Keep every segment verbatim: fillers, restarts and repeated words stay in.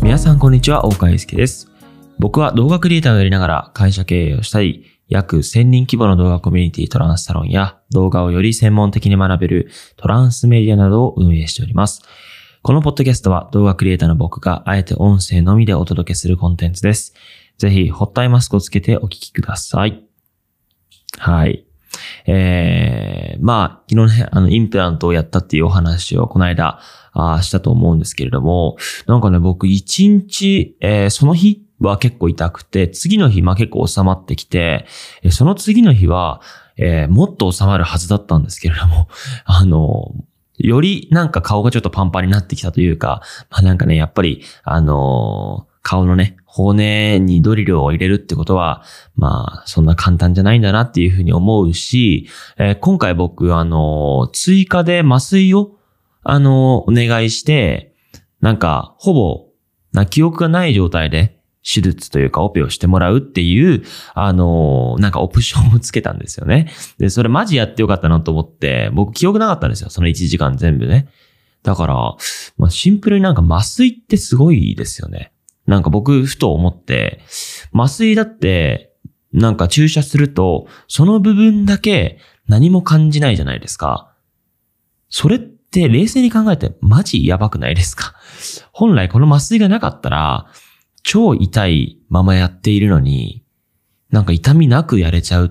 皆さんこんにちは、大川祐介です。僕は動画クリエイターをやりながら会社経営をしたり、約せんにん規模の動画コミュニティトランスサロンや動画をより専門的に学べるトランスメディアなどを運営しております。このポッドキャストは動画クリエイターの僕があえて音声のみでお届けするコンテンツです。ぜひ、ホットアイマスクをつけてお聞きください。はい。えー、まあ、昨日ね、あの、インプラントをやったっていうお話をこの間、あしたと思うんですけれども、なんかね、僕一日、えー、その日は結構痛くて、次の日、まあ結構収まってきて、その次の日は、えー、もっと収まるはずだったんですけれども、あの、よりなんか顔がちょっとパンパンになってきたというか、まあなんかね、やっぱり、あのー、顔のね、骨にドリルを入れるってことは、まあ、そんな簡単じゃないんだなっていうふうに思うし、えー、今回僕、あのー、追加で麻酔を、あのー、お願いして、なんか、ほぼ、な記憶がない状態で、手術というかオペをしてもらうっていう、あのー、なんかオプションをつけたんですよね。で、それマジやってよかったなと思って、僕記憶なかったんですよ。そのいちじかん全部ね。だから、まあ、シンプルになんか麻酔ってすごいですよね。なんか僕ふと思って、麻酔だって、なんか注射すると、その部分だけ何も感じないじゃないですか。それって冷静に考えてマジやばくないですか？本来この麻酔がなかったら、超痛いままやっているのに、なんか痛みなくやれちゃうって、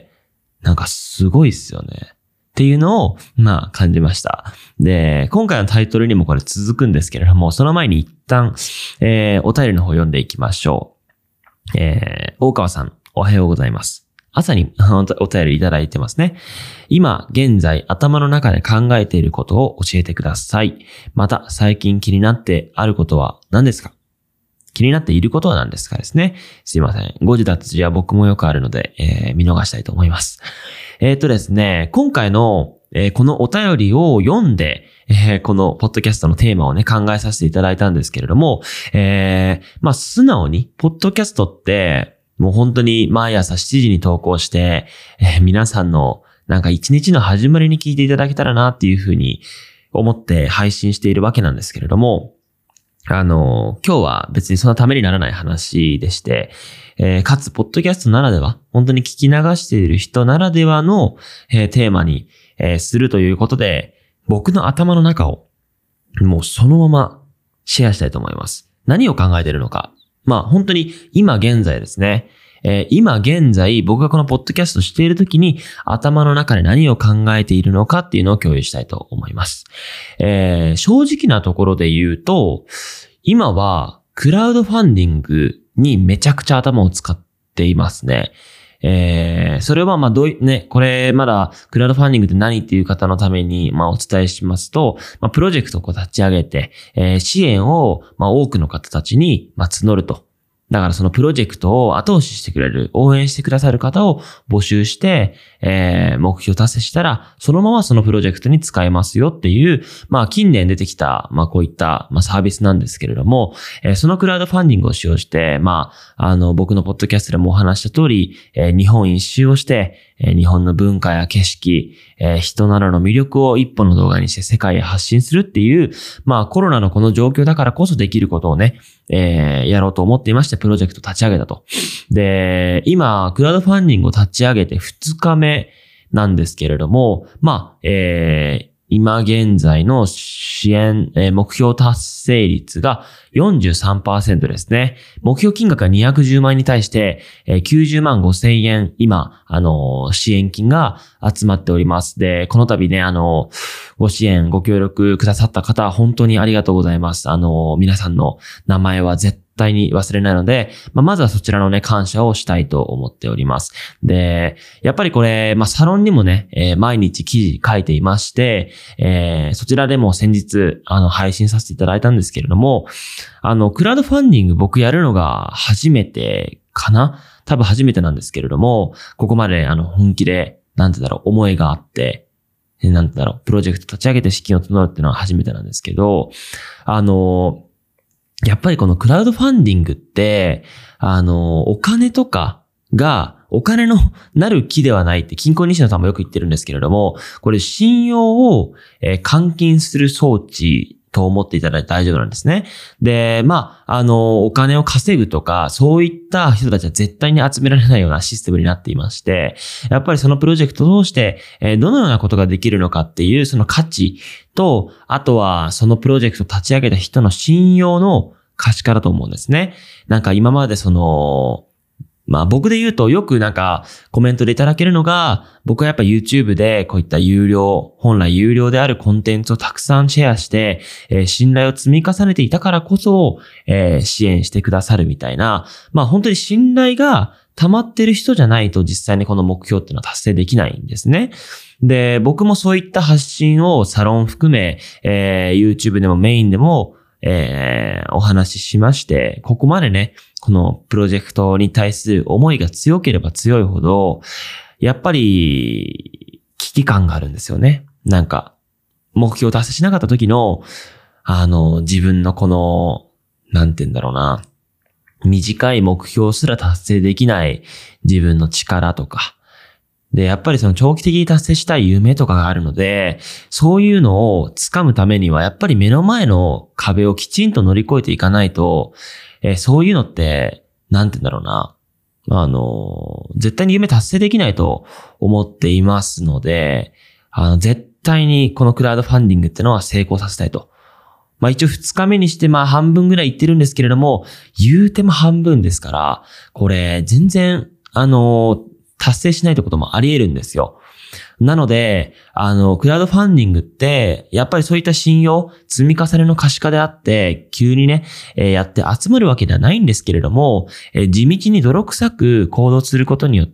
なんかすごいっすよね。っていうのを、まあ感じました。で、今回のタイトルにもこれ続くんですけれども、その前に一旦、えー、お便りの方読んでいきましょう。えー、大川さん、おはようございます。朝にお便りいただいてますね。今、現在、頭の中で考えていることを教えてください。また、最近気になってあることは何ですか？気になっていることは何ですかですね。すいません。誤字脱字は僕もよくあるので、えー、見逃したいと思います。えっとですね、今回の、えー、このお便りを読んで、えー、このポッドキャストのテーマをね、考えさせていただいたんですけれども、えー、まあ、素直に、ポッドキャストって、もう本当に毎朝しちじに投稿して、えー、皆さんのなんか一日の始まりに聞いていただけたらなっていうふうに思って配信しているわけなんですけれども、あの、今日は別にそんなためにならない話でして、えー、かつ、ポッドキャストならでは、本当に聞き流している人ならではの、えー、テーマに、えー、するということで、僕の頭の中を、もうそのままシェアしたいと思います。何を考えているのか。まあ、本当に今現在ですね。えー、今現在、僕がこのポッドキャストしているときに、頭の中で何を考えているのかっていうのを共有したいと思います。えー、正直なところで言うと、今は、クラウドファンディングにめちゃくちゃ頭を使っていますね。えー、それはまあどうい、ね、これまだクラウドファンディングって何っていう方のためにまあお伝えしますと、まあプロジェクトをこう立ち上げて、えー、支援をまあ多くの方たちにまあ募ると。だからそのプロジェクトを後押ししてくれる、応援してくださる方を募集して、えー、目標達成したら、そのままそのプロジェクトに使えますよっていう、まあ近年出てきた、まあこういった、まあサービスなんですけれども、えー、そのクラウドファンディングを使用して、まあ、あの僕のポッドキャストでもお話した通り、えー、日本一周をして、えー、日本の文化や景色、えー、人などの魅力を一本の動画にして世界へ発信するっていう、まあコロナのこの状況だからこそできることをね、えー、やろうと思っていまして、プロジェクト立ち上げたと。で、今、クラウドファンディングを立ち上げてふつかめなんですけれども、まあ、えー、今現在の支援、えー、目標達成率が よんじゅうさんパーセント ですね。目標金額がにひゃくじゅうまん円に対して、えー、きゅうじゅうまんごせんえん、今、あのー、支援金が集まっております。で、この度ね、あのー、ご支援、ご協力くださった方、本当にありがとうございます。あのー、皆さんの名前は絶対絶対に忘れないので、まあ、まずはそちらのね、感謝をしたいと思っております。で、やっぱりこれ、まあ、サロンにもね、えー、毎日記事書いていまして、えー、そちらでも先日、あの、配信させていただいたんですけれども、あの、クラウドファンディング僕やるのが初めてかな？多分初めてなんですけれども、ここまであの、本気で、なんてだろう、思いがあって、なんてだろう、プロジェクト立ち上げて資金を募るっていうのは初めてなんですけど、あの、やっぱりこのクラウドファンディングって、あの、お金とかがお金のなる木ではないって金庫西野さんもよく言ってるんですけれども、これ信用を、えー、換金する装置と思っていただいて大丈夫なんですね。で、まあ、あの、お金を稼ぐとか、そういった人たちは絶対に集められないようなシステムになっていまして、やっぱりそのプロジェクトを通して、えー、どのようなことができるのかっていうその価値と、あとはそのプロジェクトを立ち上げた人の信用の可視化だと思うんですね。なんか今までその、まあ僕で言うとよくなんかコメントでいただけるのが、僕はやっぱ YouTube でこういった有料、本来有料であるコンテンツをたくさんシェアして、えー、信頼を積み重ねていたからこそ、えー、支援してくださるみたいな、まあ本当に信頼が溜まってる人じゃないと実際にこの目標っていうのは達成できないんですね。で、僕もそういった発信をサロン含め、えー、YouTube でもメインでも、えー、お話ししまして、ここまでね、このプロジェクトに対する思いが強ければ強いほど、やっぱり危機感があるんですよね。なんか、目標を達成しなかった時の、あの、自分のこの、なんて言うんだろうな、短い目標すら達成できない自分の力とか、で、やっぱりその長期的に達成したい夢とかがあるので、そういうのを掴むためには、やっぱり目の前の壁をきちんと乗り越えていかないと、えー、そういうのって、なんて言うんだろうな。あの、絶対に夢達成できないと思っていますので、あの、絶対にこのクラウドファンディングってのは成功させたいと。まあ一応二日目にしてまあ半分ぐらい行ってるんですけれども、言うても半分ですから、これ全然、あの、達成しないってこともあり得るんですよ。なので、あの、クラウドファンディングって、やっぱりそういった信用、積み重ねの可視化であって、急にね、えー、やって集まるわけではないんですけれども、えー、地道に泥臭く行動することによって、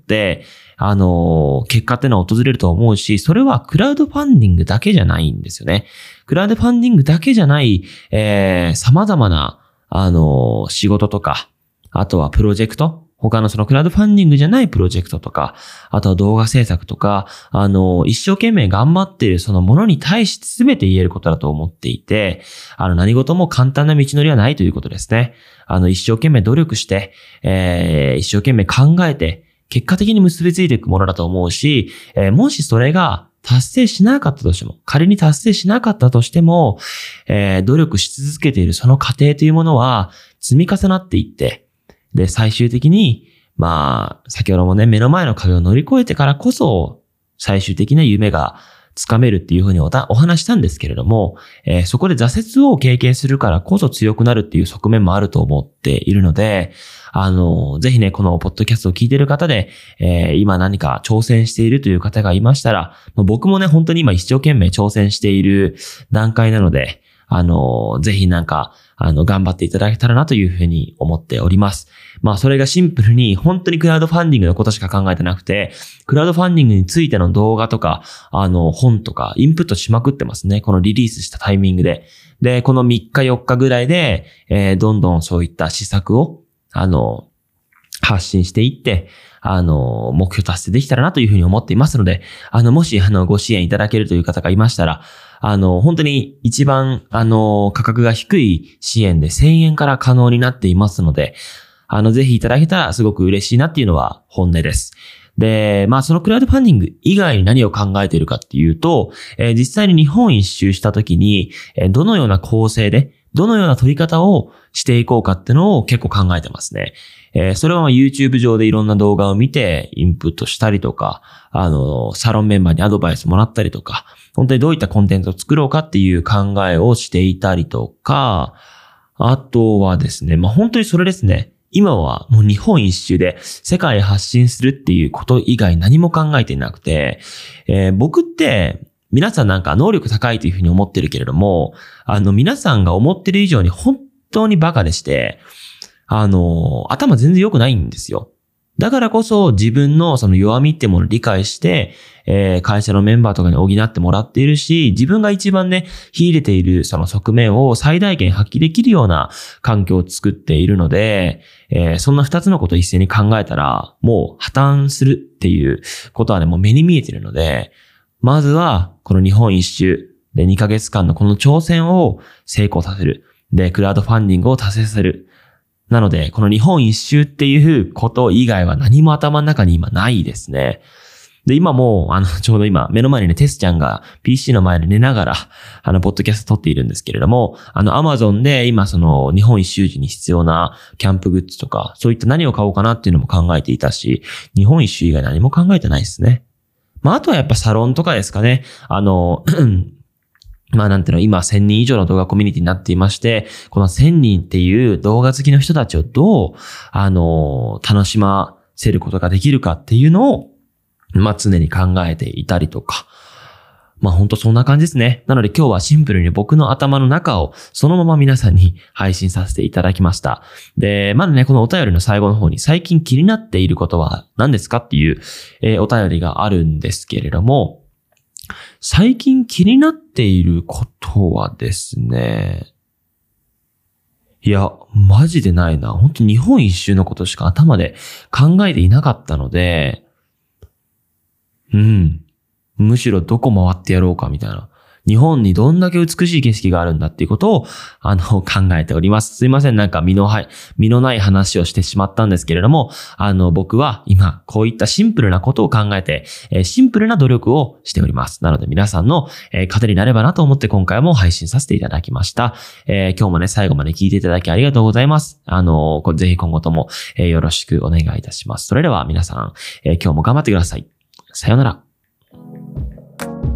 あのー、結果ってのは訪れると思うし、それはクラウドファンディングだけじゃないんですよね。クラウドファンディングだけじゃない、えー、様々な、あのー、仕事とか、あとはプロジェクト、他のそのクラウドファンディングじゃないプロジェクトとか、あとは動画制作とか、あの、一生懸命頑張っているそのものに対して全て言えることだと思っていて、あの、何事も簡単な道のりはないということですね。あの、一生懸命努力して、えー、一生懸命考えて、結果的に結びついていくものだと思うし、えー、もしそれが達成しなかったとしても、仮に達成しなかったとしても、えー、努力し続けているその過程というものは積み重なっていって、で、最終的に、まあ、先ほどもね、目の前の壁を乗り越えてからこそ、最終的な夢がつかめるっていうふうに お, お話したんですけれども、えー、そこで挫折を経験するからこそ強くなるっていう側面もあると思っているので、あの、ぜひね、このポッドキャストを聞いている方で、えー、今何か挑戦しているという方がいましたら、僕もね、本当に今一生懸命挑戦している段階なので、あの、ぜひなんか、あの、頑張っていただけたらなというふうに思っております。まあ、それがシンプルに、本当にクラウドファンディングのことしか考えてなくて、クラウドファンディングについての動画とか、あの、本とか、インプットしまくってますね。このリリースしたタイミングで。で、このみっかよっかぐらいで、えー、どんどんそういった施策を、あの、発信していって、あの、目標達成できたらなというふうに思っていますので、あの、もし、あの、ご支援いただけるという方がいましたら、あの、本当に一番、あの、価格が低い支援でせんえんから可能になっていますので、あの、ぜひいただけたらすごく嬉しいなっていうのは本音です。で、まあ、そのクラウドファンディング以外に何を考えているかっていうと、えー、実際に日本一周した時に、えー、どのような構成で、どのような取り方をしていこうかっていうのを結構考えてますね。えー、それは YouTube 上でいろんな動画を見てインプットしたりとか、あの、サロンメンバーにアドバイスもらったりとか、本当にどういったコンテンツを作ろうかっていう考えをしていたりとか、あとはですね、まあ、本当にそれですね。今はもう日本一周で世界へ発信するっていうこと以外何も考えていなくて、えー、僕って皆さんなんか能力高いというふうに思ってるけれども、あの皆さんが思ってる以上に本当にバカでして、あの、頭全然良くないんですよ。だからこそ自分のその弱みってものを理解して、えー、会社のメンバーとかに補ってもらっているし、自分が一番ね、秀でているその側面を最大限発揮できるような環境を作っているので、えー、そんな二つのことを一斉に考えたら、もう破綻するっていうことはね、もう目に見えているので、まずはこの日本一周でにかげつかんのこの挑戦を成功させる。で、クラウドファンディングを達成させる。なので、この日本一周っていうこと以外は何も頭の中に今ないですね。 で、今もう、あの、ちょうど今、目の前にね、テスちゃんが ピーシー の前で寝ながら、あの、ポッドキャスト撮っているんですけれども、あの、Amazon で今、その、日本一周時に必要なキャンプグッズとか、そういった何を買おうかなっていうのも考えていたし、日本一周以外何も考えてないですね。まあ、あとはやっぱサロンとかですかね。あの、まあなんていうの、今せんにん以上の動画コミュニティになっていまして、このせんにんっていう動画好きの人たちをどう、あの、楽しませることができるかっていうのを、まあ常に考えていたりとか。まあほんとそんな感じですね。なので今日はシンプルに僕の頭の中をそのまま皆さんに配信させていただきました。で、まだね、このお便りの最後の方に最近気になっていることは何ですかっていう、えー、お便りがあるんですけれども、最近気になっていることはですね、いや、マジでないな。本当日本一周のことしか頭で考えていなかったので、うん。むしろどこ回ってやろうかみたいな。日本にどんだけ美しい景色があるんだっていうことを、あの、考えております。すいません。なんか身のはい、身のない話をしてしまったんですけれども、あの、僕は今、こういったシンプルなことを考えて、えー、シンプルな努力をしております。なので皆さんの、えー、糧になればなと思って今回も配信させていただきました。えー、今日もね、最後まで聞いていただきありがとうございます。あのー、ぜひ今後とも、えー、よろしくお願いいたします。それでは皆さん、えー、今日も頑張ってください。さようなら。